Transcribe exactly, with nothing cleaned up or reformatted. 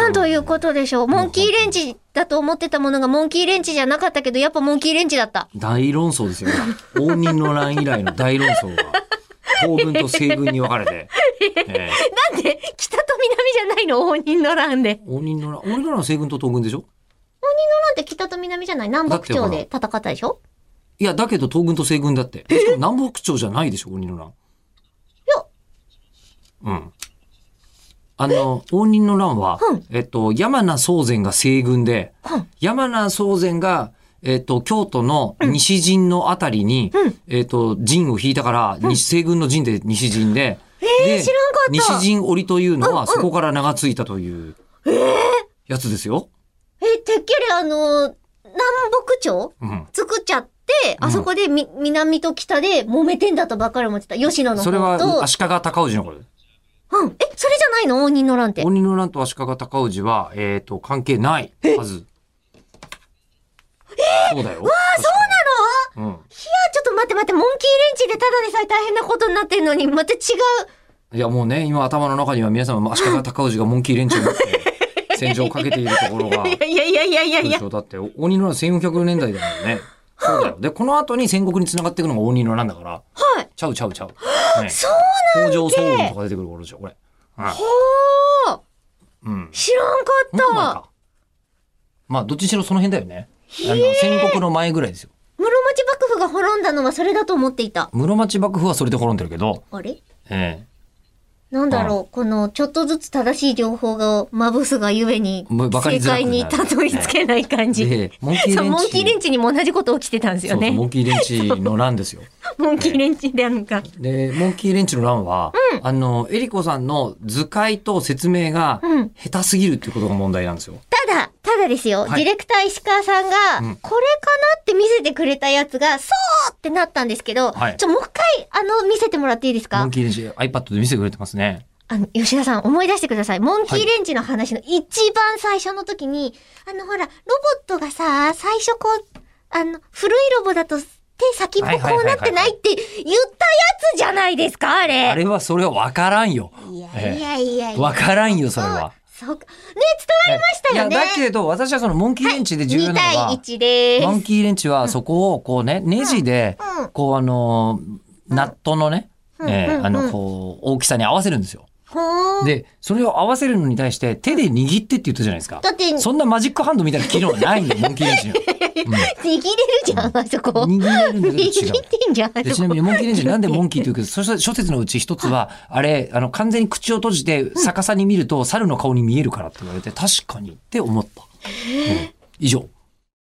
なんということでしょう。モンキーレンチだと思ってたものがモンキーレンチじゃなかったけど、やっぱモンキーレンチだった。 大論争ですよ。応仁の乱以来の大論争が東軍と西軍に分かれて、 えー、なんで北と南じゃないの？応仁の乱で。 応仁の乱、応仁の乱は西軍と東軍でしょ。応仁の乱って北と南じゃない？南北朝で戦ったでしょ。 いやだけど東軍と西軍だって。しかも南北朝じゃないでしょ、応仁の乱。いや、 うん。あの、応仁の乱は、うん、えっと、山名宗全が西軍で、うん、山名宗全が、えっと、京都の西陣のあたりに、うん、えっと、陣を引いたから、うん、西軍の陣で西陣で、 えー、知らんかった。 西陣織というのは、そこから名がついたというやつですよ。 えー、えー、てっきりあの、南北朝、うん、作っちゃって、あそこでみ、南と北で揉めてんだとばっかり思ってた。吉野の方と。 それは足利尊氏の頃です。 うん。え、それじゃないの？応仁の乱って。 応仁の乱と足利尊氏は、えっと、関係ないはず。 えー、 そうだよ。 わあ、そうなの？うん。いや、ちょっと待って待って、モンキーレンチでただでさえ大変なことになってんのに、また違う。いや、もうね、今頭の中には皆さん、足利尊氏がモンキーレンチを持って、戦場をかけているところが。 いやいやいやいやいやいや。 だって、応仁の乱せんよんひゃくねんだいだもんね。そうだよ。で、この後に戦国に繋がっていくのが応仁の乱だから。 はい。 ちゃうちゃうちゃう。 ね、そうなんだ。 北条早雲とか出てくる頃でしょ、これ。 はあ、うん、知らんかった。 まあどっちにしろその辺だよね。あの戦国の前ぐらいですよ。 室町幕府が滅んだのはそれだと思っていた。 室町幕府はそれで滅んでるけど。 あれ？ ええ。 なんだろう、このちょっとずつ正しい情報がまぶすがゆえに正解にたどり着けない感じ。 でモンキーレンチ。 そう、モンキーレンチにも同じこと起きてたんですよね。 そうそう、モンキーレンチの乱ですよ。 モンキーレンチであるか。 で、モンキーレンチの乱は、うん、あの、エリコさんの図解と説明が下手すぎるっていうことが問題なんですよ。 ただ、ただですよ、はい、ディレクター石川さんが、うん、これかなって見せてくれたやつが、そうってなったんですけど、はい、ちょ、もう一回、あの、見せてもらっていいですか？ モンキーレンチ、iPad で見せてくれてますね。 あの、吉田さん思い出してください。モンキーレンチの話の一番最初の時に、はい、あのほら、ロボットがさ、最初こう、あの、古いロボだと手先っぽこうなってないって言ったやつじゃないですか、あれ。 あれはそれは分からんよ。 いやいやいやいや。 分からんよ、それは。 そうか。ね、伝わりましたよね。 いや、だけど、私はそのモンキーレンチで重要なのは、はい、 にたいいちです。 モンキーレンチはそこをこうね、ネジで、こうあの、ナットのね、えー、あの、こう、大きさに合わせるんですよ。で、それを合わせるのに対して手で握ってって言ったじゃないですか。だってそんなマジックハンドみたいな機能はないんだよ、モンキーレンチには。 うん、握れるじゃん、うん、あそこ。 握れるんだけど違う。 握ってんじゃん。 でちなみにモンキーレンチなんでモンキーというか、そして諸説のうち一つは、あれ、あの、完全に口を閉じて逆さに見ると猿の顔に見えるからって言われて、確かにって思った。うん、以上。